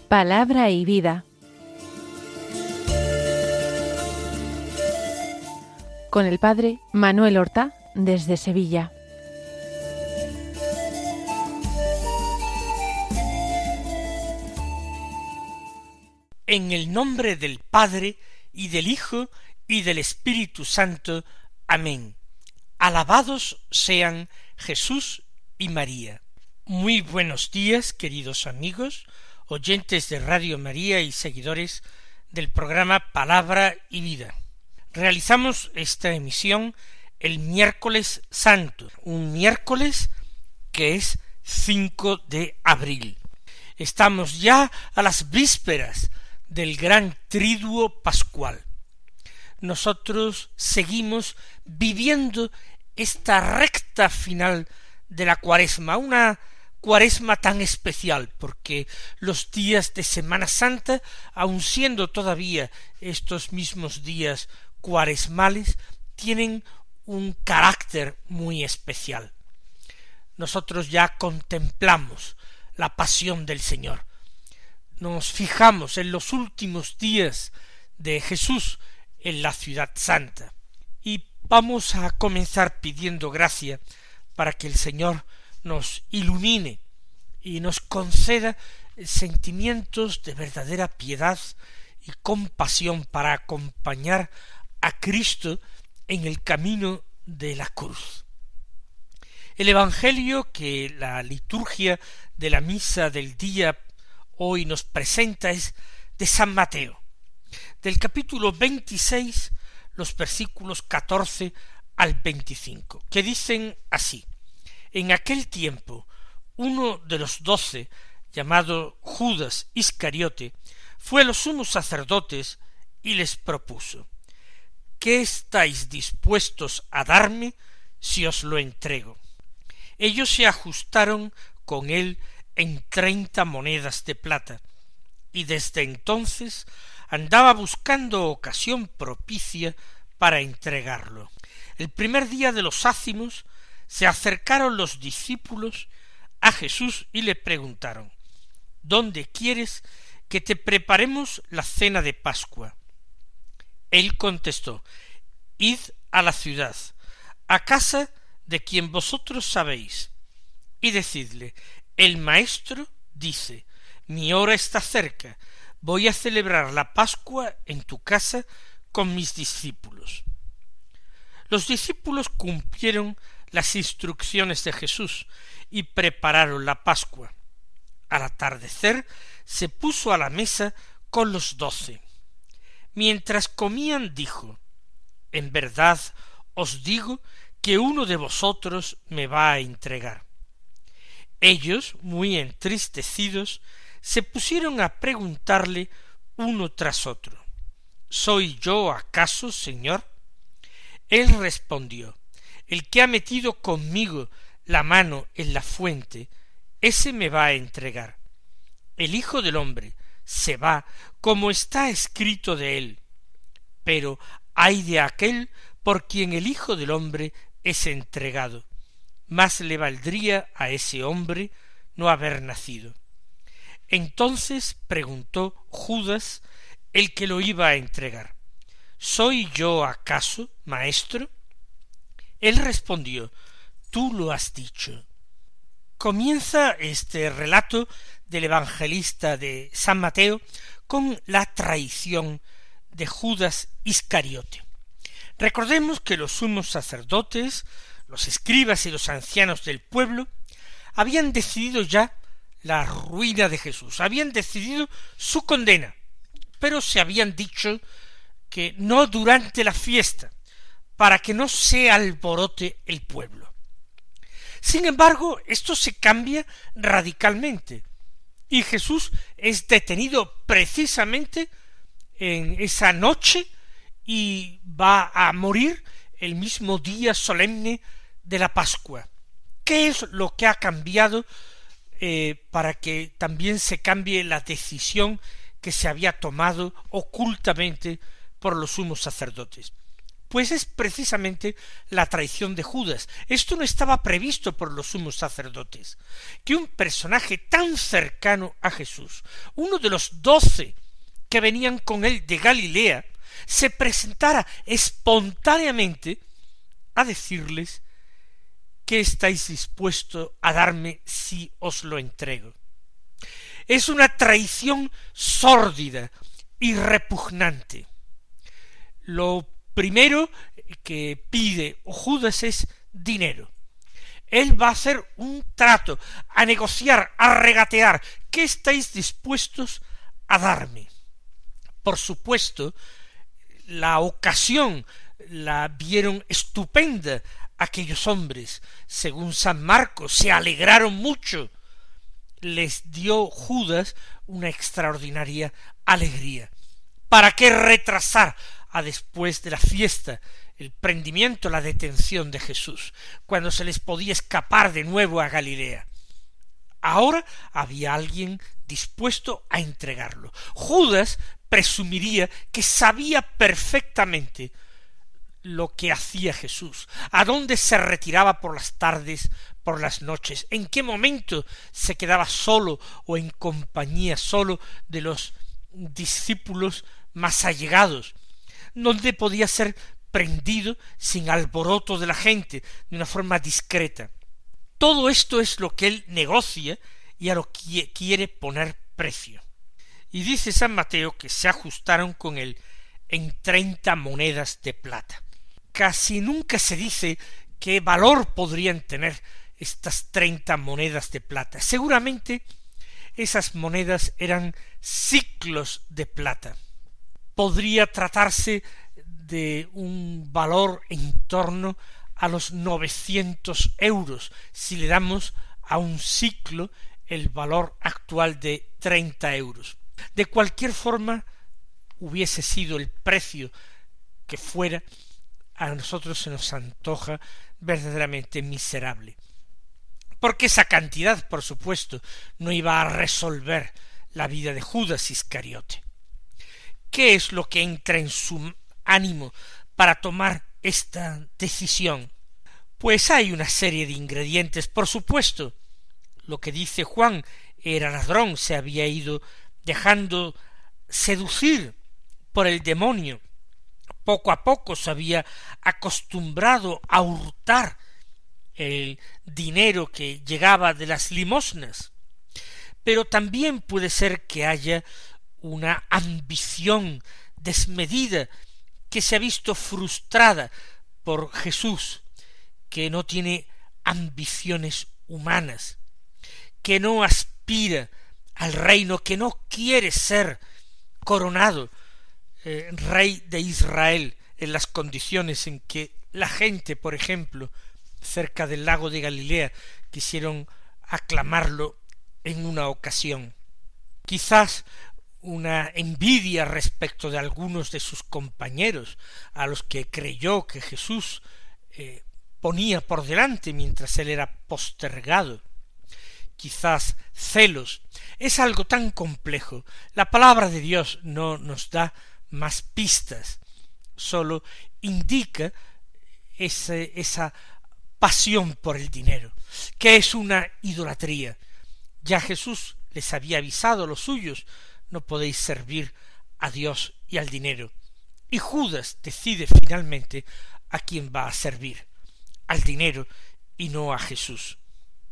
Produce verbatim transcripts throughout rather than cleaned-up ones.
Palabra y vida. Con el padre Manuel Horta desde Sevilla. En el nombre del Padre, y del Hijo, y del Espíritu Santo. Amén. Alabados sean Jesús y María. Muy buenos días, queridos amigos, oyentes de Radio María y seguidores del programa Palabra y Vida. Realizamos esta emisión el miércoles santo, un miércoles que es cinco de abril. Estamos ya a las vísperas del gran triduo pascual. Nosotros seguimos viviendo esta recta final de la Cuaresma, una Cuaresma tan especial, porque los días de Semana Santa, aun siendo todavía estos mismos días cuaresmales, tienen un carácter muy especial. Nosotros ya contemplamos la pasión del Señor. Nos fijamos en los últimos días de Jesús en la ciudad santa, y vamos a comenzar pidiendo gracia para que el Señor nos ilumine y nos conceda sentimientos de verdadera piedad y compasión para acompañar a Cristo en el camino de la cruz. El Evangelio que la liturgia de la misa del día hoy nos presenta es de San Mateo, del capítulo veintiséis, los versículos catorce al veinticinco, que dicen así: En aquel tiempo, uno de los doce, llamado Judas Iscariote, fue a los sumos sacerdotes y les propuso: ¿Qué estáis dispuestos a darme si os lo entrego? Ellos se ajustaron con él en treinta monedas de plata, y desde entonces andaba buscando ocasión propicia para entregarlo. El primer día de los ácimos se acercaron los discípulos a Jesús y le preguntaron: ¿Dónde quieres que te preparemos la cena de Pascua? Él contestó: Id a la ciudad, a casa de quien vosotros sabéis, y decidle: el Maestro dice, mi hora está cerca, voy a celebrar la Pascua en tu casa con mis discípulos. Los discípulos cumplieron las instrucciones de Jesús y prepararon la Pascua. Al atardecer se puso a la mesa con los doce. Mientras comían dijo: En verdad os digo que uno de vosotros me va a entregar. Ellos, muy entristecidos, se pusieron a preguntarle uno tras otro: ¿Soy yo acaso, Señor? Él respondió: El que ha metido conmigo la mano en la fuente, ese me va a entregar. El Hijo del Hombre se va como está escrito de él, pero ay de aquel por quien el Hijo del Hombre es entregado. Más le valdría a ese hombre no haber nacido. Entonces preguntó Judas, el que lo iba a entregar: ¿Soy yo acaso, Maestro? Él respondió: Tú lo has dicho. Comienza este relato del evangelista de San Mateo con la traición de Judas Iscariote. Recordemos que los sumos sacerdotes, los escribas y los ancianos del pueblo habían decidido ya la ruina de Jesús, habían decidido su condena, pero se habían dicho que no durante la fiesta, para que no se alborote el pueblo. Sin embargo, esto se cambia radicalmente, y Jesús es detenido precisamente en esa noche y va a morir el mismo día solemne de la Pascua. ¿Qué es lo que ha cambiado eh, para que también se cambie la decisión que se había tomado ocultamente por los sumos sacerdotes? Pues es precisamente la traición de Judas. Esto no estaba previsto por los sumos sacerdotes, que un personaje tan cercano a Jesús, uno de los doce que venían con él de Galilea, se presentara espontáneamente a decirles: ¿qué estáis dispuestos a darme si os lo entrego? Es una traición sórdida y repugnante. Lo primero que pide Judas es dinero. Él va a hacer un trato, a negociar, a regatear. ¿Qué estáis dispuestos a darme? Por supuesto, la ocasión la vieron estupenda aquellos hombres. Según San Marcos, se alegraron mucho. Les dio Judas una extraordinaria alegría. ¿Para qué retrasar a después de la fiesta el prendimiento, la detención de Jesús, cuando se les podía escapar de nuevo a Galilea? Ahora había alguien dispuesto a entregarlo. Judas presumiría que sabía perfectamente lo que hacía Jesús, a dónde se retiraba por las tardes, por las noches, en qué momento se quedaba solo o en compañía solo de los discípulos más allegados, donde podía ser prendido sin alboroto de la gente, de una forma discreta. Todo esto es lo que él negocia y a lo que quiere poner precio. Y dice San Mateo que se ajustaron con él en treinta monedas de plata. Casi nunca se dice qué valor podrían tener estas treinta monedas de plata. Seguramente esas monedas eran siclos de plata. Podría tratarse de un valor en torno a los novecientos euros, si le damos a un siclo el valor actual de treinta euros. De cualquier forma, hubiese sido el precio que fuera, a nosotros se nos antoja verdaderamente miserable. Porque esa cantidad, por supuesto, no iba a resolver la vida de Judas Iscariote. ¿Qué es lo que entra en su ánimo para tomar esta decisión? Pues hay una serie de ingredientes, por supuesto. Lo que dice Juan, era ladrón, se había ido dejando seducir por el demonio. Poco a poco se había acostumbrado a hurtar el dinero que llegaba de las limosnas. Pero también puede ser que haya una ambición desmedida que se ha visto frustrada por Jesús, que no tiene ambiciones humanas, que no aspira al reino, que no quiere ser coronado eh, rey de Israel en las condiciones en que la gente, por ejemplo, cerca del lago de Galilea, quisieron aclamarlo en una ocasión. Quizás una envidia respecto de algunos de sus compañeros, a los que creyó que Jesús eh, ponía por delante mientras él era postergado. Quizás celos. Es algo tan complejo. La palabra de Dios no nos da más pistas, sólo indica ese, esa pasión por el dinero, que es una idolatría. Ya Jesús les había avisado a los suyos: no podéis servir a Dios y al dinero. Y Judas decide finalmente a quién va a servir, al dinero y no a Jesús.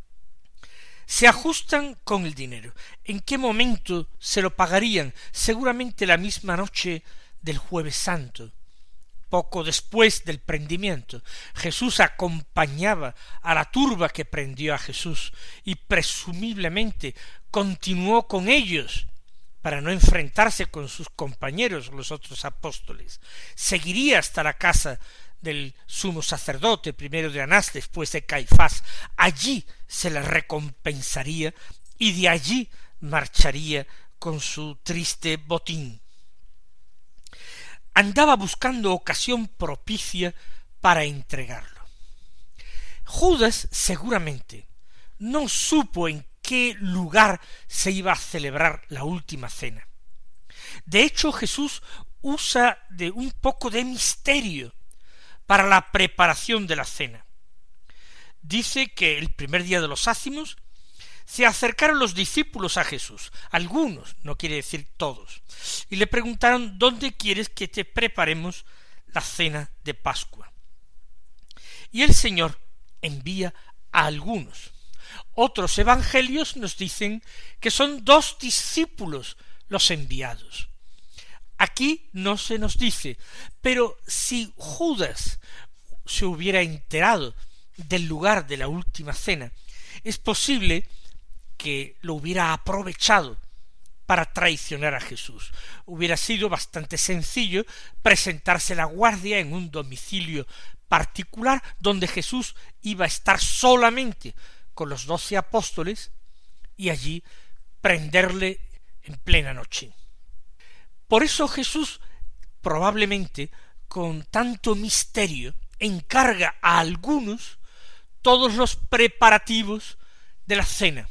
Se ajustan con el dinero. ¿En qué momento se lo pagarían? Seguramente la misma noche del Jueves Santo, poco después del prendimiento. Jesús acompañaba a la turba que prendió a Jesús y presumiblemente continuó con ellos para no enfrentarse con sus compañeros, los otros apóstoles. Seguiría hasta la casa del sumo sacerdote, primero de Anás, después de Caifás. Allí se le recompensaría y de allí marcharía con su triste botín. Andaba buscando ocasión propicia para entregarlo. Judas seguramente no supo en qué lugar se iba a celebrar la última cena. De hecho, Jesús usa de un poco de misterio para la preparación de la cena. Dice que el primer día de los ácimos se acercaron los discípulos a Jesús, algunos, no quiere decir todos, y le preguntaron: ¿dónde quieres que te preparemos la cena de Pascua? Y el Señor envía a algunos. Otros evangelios nos dicen que son dos discípulos los enviados. Aquí no se nos dice, pero si Judas se hubiera enterado del lugar de la última cena, es posible que lo hubiera aprovechado para traicionar a Jesús. Hubiera sido bastante sencillo presentarse la guardia en un domicilio particular donde Jesús iba a estar solamente con los doce apóstoles y allí prenderle en plena noche. Por eso Jesús, probablemente con tanto misterio, encarga a algunos todos los preparativos de la cena,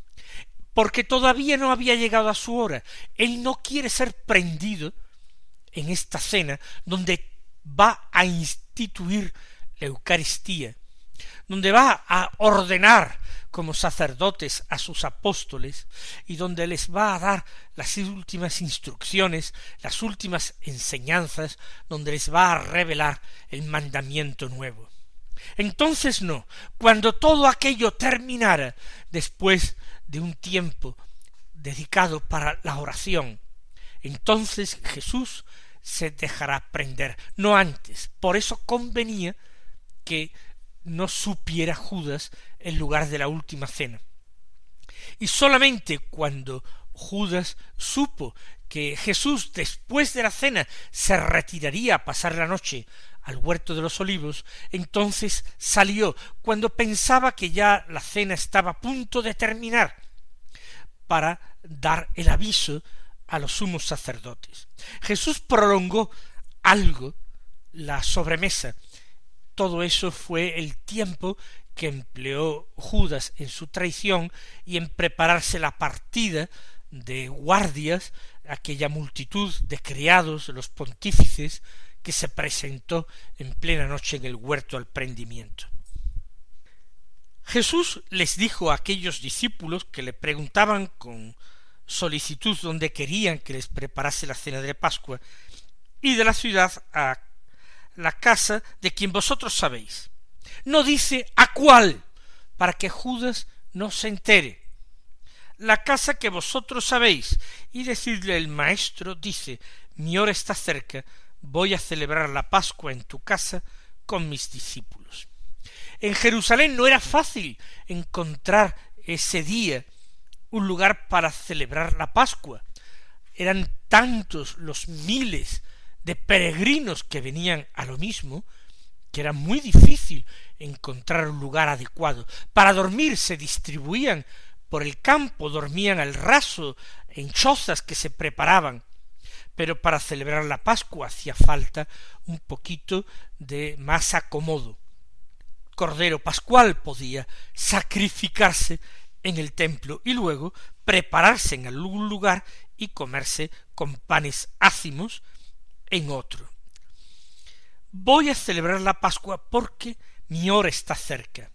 porque todavía no había llegado a su hora. Él no quiere ser prendido en esta cena donde va a instituir la Eucaristía, donde va a ordenar como sacerdotes a sus apóstoles y donde les va a dar las últimas instrucciones, las últimas enseñanzas, donde les va a revelar el mandamiento nuevo. Entonces no, cuando todo aquello terminara, después de un tiempo dedicado para la oración, entonces Jesús se dejará prender, no antes. Por eso convenía que no supiera Judas el lugar de la última cena. Y solamente cuando Judas supo que Jesús después de la cena se retiraría a pasar la noche al huerto de los olivos, entonces salió cuando pensaba que ya la cena estaba a punto de terminar, para dar el aviso a los sumos sacerdotes. Jesús prolongó algo la sobremesa. Todo eso fue el tiempo que empleó Judas en su traición y en prepararse la partida de guardias, aquella multitud de criados, los pontífices, que se presentó en plena noche en el huerto al prendimiento. Jesús les dijo a aquellos discípulos que le preguntaban con solicitud dónde querían que les preparase la cena de Pascua: y de la ciudad a la casa de quien vosotros sabéis. No dice a cuál, para que Judas no se entere. La casa que vosotros sabéis, y decidle el maestro, dice: mi hora está cerca, voy a celebrar la Pascua en tu casa con mis discípulos. En Jerusalén no era fácil encontrar ese día un lugar para celebrar la Pascua. Eran tantos los miles de peregrinos que venían a lo mismo, que era muy difícil encontrar un lugar adecuado. Para dormir se distribuían por el campo, dormían al raso, en chozas que se preparaban, pero para celebrar la Pascua hacía falta un poquito de más acomodo. Cordero pascual podía sacrificarse en el templo y luego prepararse en algún lugar y comerse con panes ácimos en otro. Voy a celebrar la Pascua porque mi hora está cerca.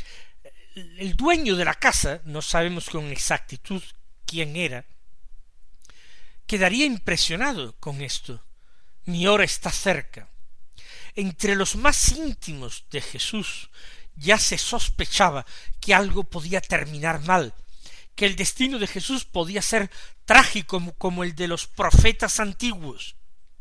El dueño de la casa, no sabemos con exactitud quién era, quedaría impresionado con esto. Mi hora está cerca. Entre los más íntimos de Jesús ya se sospechaba que algo podía terminar mal, que el destino de Jesús podía ser trágico como el de los profetas antiguos.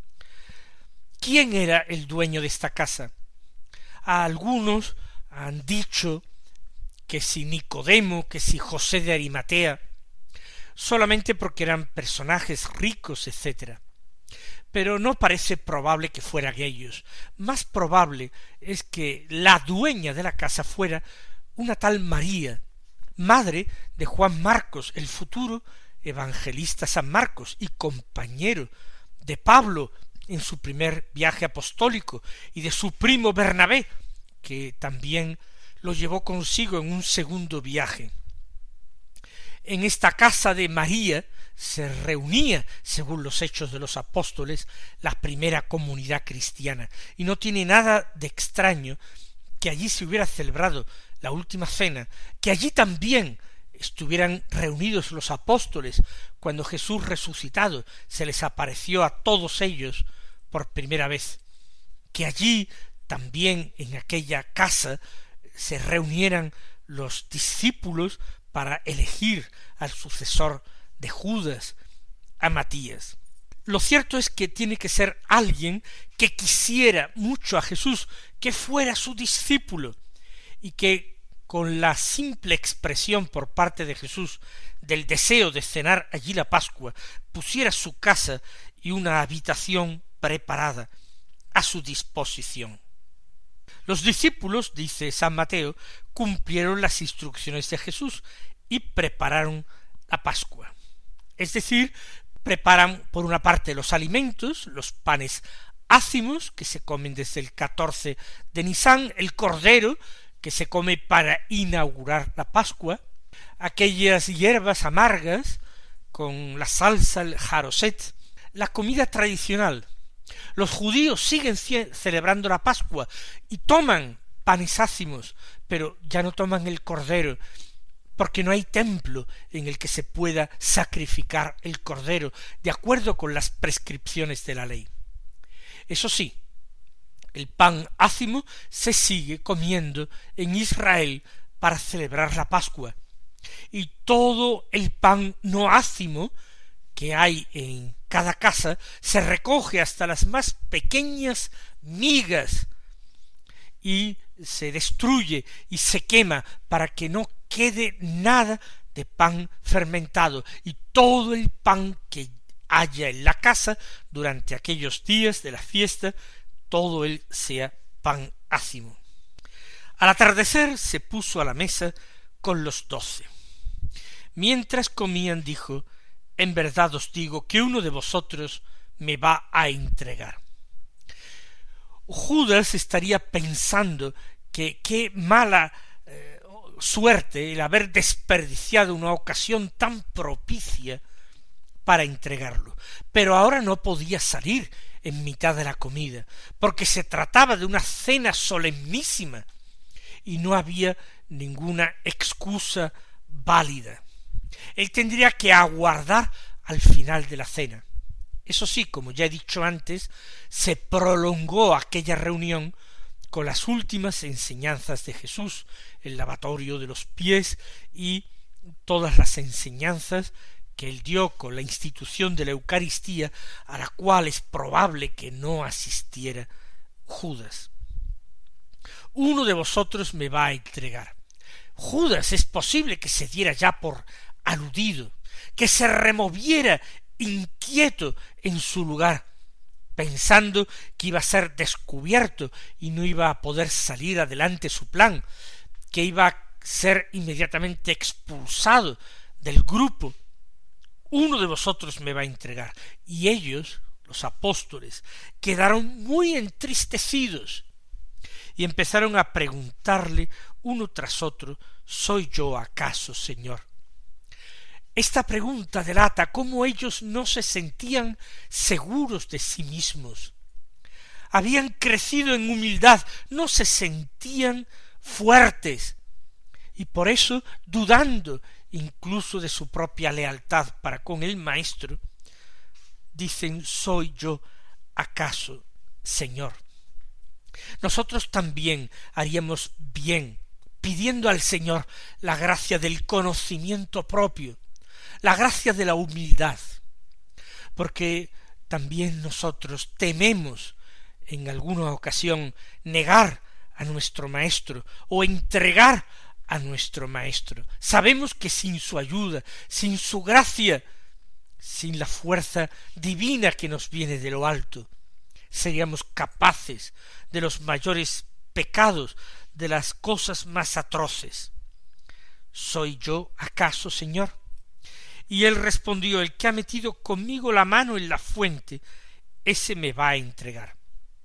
¿Quién era el dueño de esta casa? A algunos han dicho que si Nicodemo, que si José de Arimatea, solamente porque eran personajes ricos, etcétera. Pero no parece probable que fueran ellos. Más probable es que la dueña de la casa fuera una tal María, madre de Juan Marcos, el futuro evangelista San Marcos y compañero de Pablo en su primer viaje apostólico, y de su primo Bernabé, que también lo llevó consigo en un segundo viaje. En esta casa de María se reunía, según los Hechos de los Apóstoles, la primera comunidad cristiana, y no tiene nada de extraño que allí se hubiera celebrado la última cena, que allí también estuvieran reunidos los apóstoles cuando Jesús resucitado se les apareció a todos ellos por primera vez, que allí también en aquella casa se reunieran los discípulos para elegir al sucesor de Judas, a Matías. Lo cierto es que tiene que ser alguien que quisiera mucho a Jesús, que fuera su discípulo, y que con la simple expresión por parte de Jesús del deseo de cenar allí la Pascua, pusiera su casa y una habitación preparada a su disposición. Los discípulos, dice San Mateo, cumplieron las instrucciones de Jesús y prepararon la Pascua. Es decir, preparan por una parte los alimentos, los panes ácimos, que se comen desde el catorce de Nisán, el cordero, que se come para inaugurar la Pascua, aquellas hierbas amargas con la salsa, el jaroset, la comida tradicional. Los judíos siguen celebrando la Pascua y toman panes ácimos, pero ya no toman el cordero, porque no hay templo en el que se pueda sacrificar el cordero, de acuerdo con las prescripciones de la ley. Eso sí, el pan ácimo se sigue comiendo en Israel para celebrar la Pascua, y todo el pan no ácimo que hay en cada casa se recoge hasta las más pequeñas migas y se destruye y se quema para que no quede nada de pan fermentado, y todo el pan que haya en la casa durante aquellos días de la fiesta, todo él sea pan ácimo. Al atardecer se puso a la mesa con los doce. Mientras comían dijo: en verdad os digo que uno de vosotros me va a entregar. Judas estaría pensando que qué mala eh, suerte el haber desperdiciado una ocasión tan propicia para entregarlo, pero ahora no podía salir en mitad de la comida, porque se trataba de una cena solemnísima y no había ninguna excusa válida. Él tendría que aguardar al final de la cena. Eso sí, como ya he dicho antes, se prolongó aquella reunión con las últimas enseñanzas de Jesús, el lavatorio de los pies y todas las enseñanzas que él dio con la institución de la Eucaristía, a la cual es probable que no asistiera Judas. Uno de vosotros me va a entregar. Judas es posible que se diera ya por aludido, que se removiera inquieto en su lugar, pensando que iba a ser descubierto y no iba a poder salir adelante su plan, que iba a ser inmediatamente expulsado del grupo. Uno de vosotros me va a entregar. Y ellos, los apóstoles, quedaron muy entristecidos y empezaron a preguntarle uno tras otro: ¿soy yo acaso, Señor? Esta pregunta delata cómo ellos no se sentían seguros de sí mismos. Habían crecido en humildad, no se sentían fuertes, y por eso, dudando incluso de su propia lealtad para con el Maestro, dicen: ¿soy yo acaso, Señor? Nosotros también haríamos bien pidiendo al Señor la gracia del conocimiento propio, la gracia de la humildad, porque también nosotros tememos en alguna ocasión negar a nuestro Maestro o entregar a nuestro Maestro. Sabemos que sin su ayuda, sin su gracia, sin la fuerza divina que nos viene de lo alto, seríamos capaces de los mayores pecados, de las cosas más atroces. ¿Soy yo acaso, Señor? Y él respondió: el que ha metido conmigo la mano en la fuente, ese me va a entregar.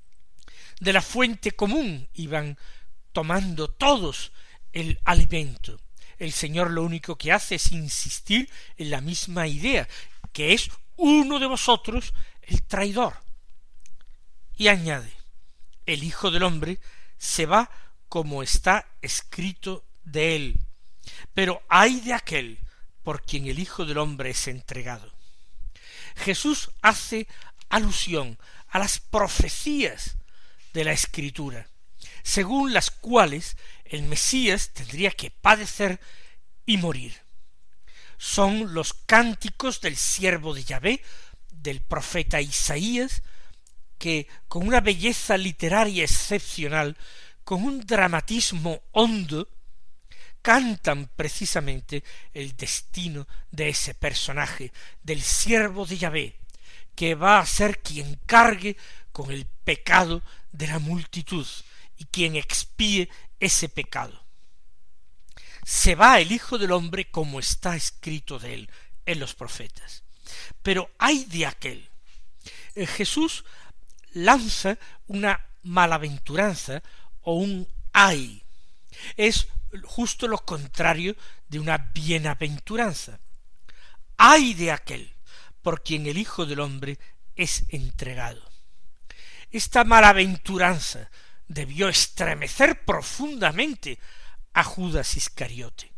De la fuente común iban tomando todos el alimento. el Señor lo único que hace es insistir en la misma idea, que es uno de vosotros el traidor. Y añade, el Hijo del Hombre se va como está escrito de él, pero ay de aquel por quien el Hijo del Hombre es entregado. Jesús hace alusión a las profecías de la Escritura, según las cuales el Mesías tendría que padecer y morir. Son los cánticos del siervo de Yahvé, del profeta Isaías, que con una belleza literaria excepcional, con un dramatismo hondo, cantan precisamente el destino de ese personaje, del siervo de Yahvé, que va a ser quien cargue con el pecado de la multitud y quien expíe ese pecado. Se va el Hijo del Hombre como está escrito de él en los profetas. Pero ay de aquel. Jesús lanza una malaventuranza o un ay. Es justo lo contrario de una bienaventuranza. Ay de aquel por quien el Hijo del Hombre es entregado. Esta malaventuranza debió estremecer profundamente a Judas Iscariote.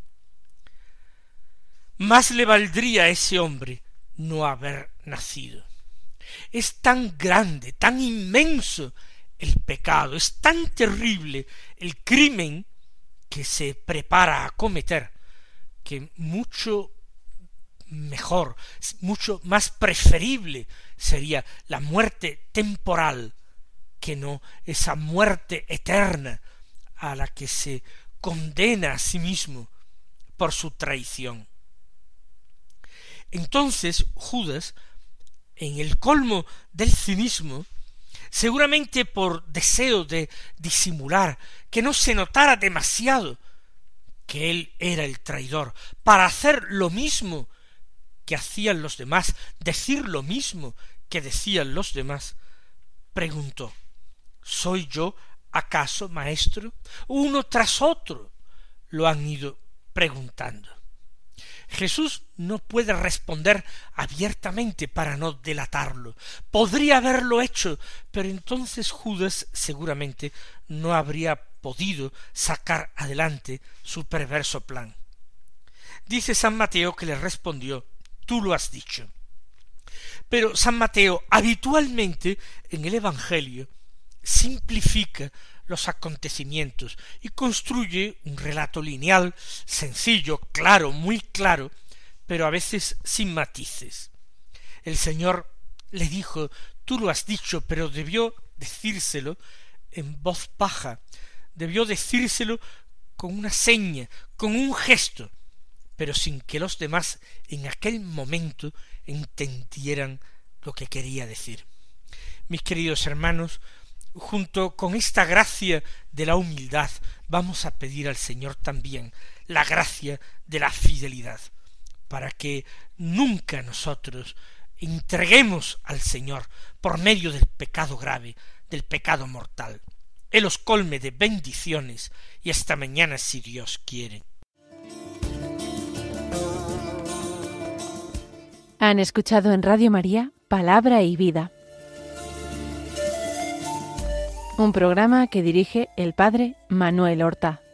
Más le valdría a ese hombre no haber nacido. Es tan grande, tan inmenso el pecado, es tan terrible el crimen que se prepara a cometer, que mucho mejor, mucho más preferible sería la muerte temporal que no esa muerte eterna a la que se condena a sí mismo por su traición. Entonces Judas, en el colmo del cinismo, seguramente por deseo de disimular, que no se notara demasiado que él era el traidor, para hacer lo mismo que hacían los demás, decir lo mismo que decían los demás, preguntó, ¿soy yo acaso, maestro? Uno tras otro lo han ido preguntando. Jesús no puede responder abiertamente para no delatarlo. Podría haberlo hecho, pero entonces Judas seguramente no habría podido sacar adelante su perverso plan. Dice San Mateo que le respondió, tú lo has dicho. Pero San Mateo habitualmente en el Evangelio simplifica los acontecimientos y construye un relato lineal, sencillo, claro, muy claro, pero a veces sin matices. El Señor le dijo, tú lo has dicho, pero debió decírselo en voz baja, debió decírselo con una seña, con un gesto, pero sin que los demás en aquel momento entendieran lo que quería decir. Mis queridos hermanos, junto con esta gracia de la humildad, vamos a pedir al Señor también la gracia de la fidelidad, para que nunca nosotros entreguemos al Señor por medio del pecado grave, del pecado mortal. Él os colme de bendiciones y hasta mañana si Dios quiere. Han escuchado en Radio María Palabra y Vida, un programa que dirige el Padre Manuel Horta.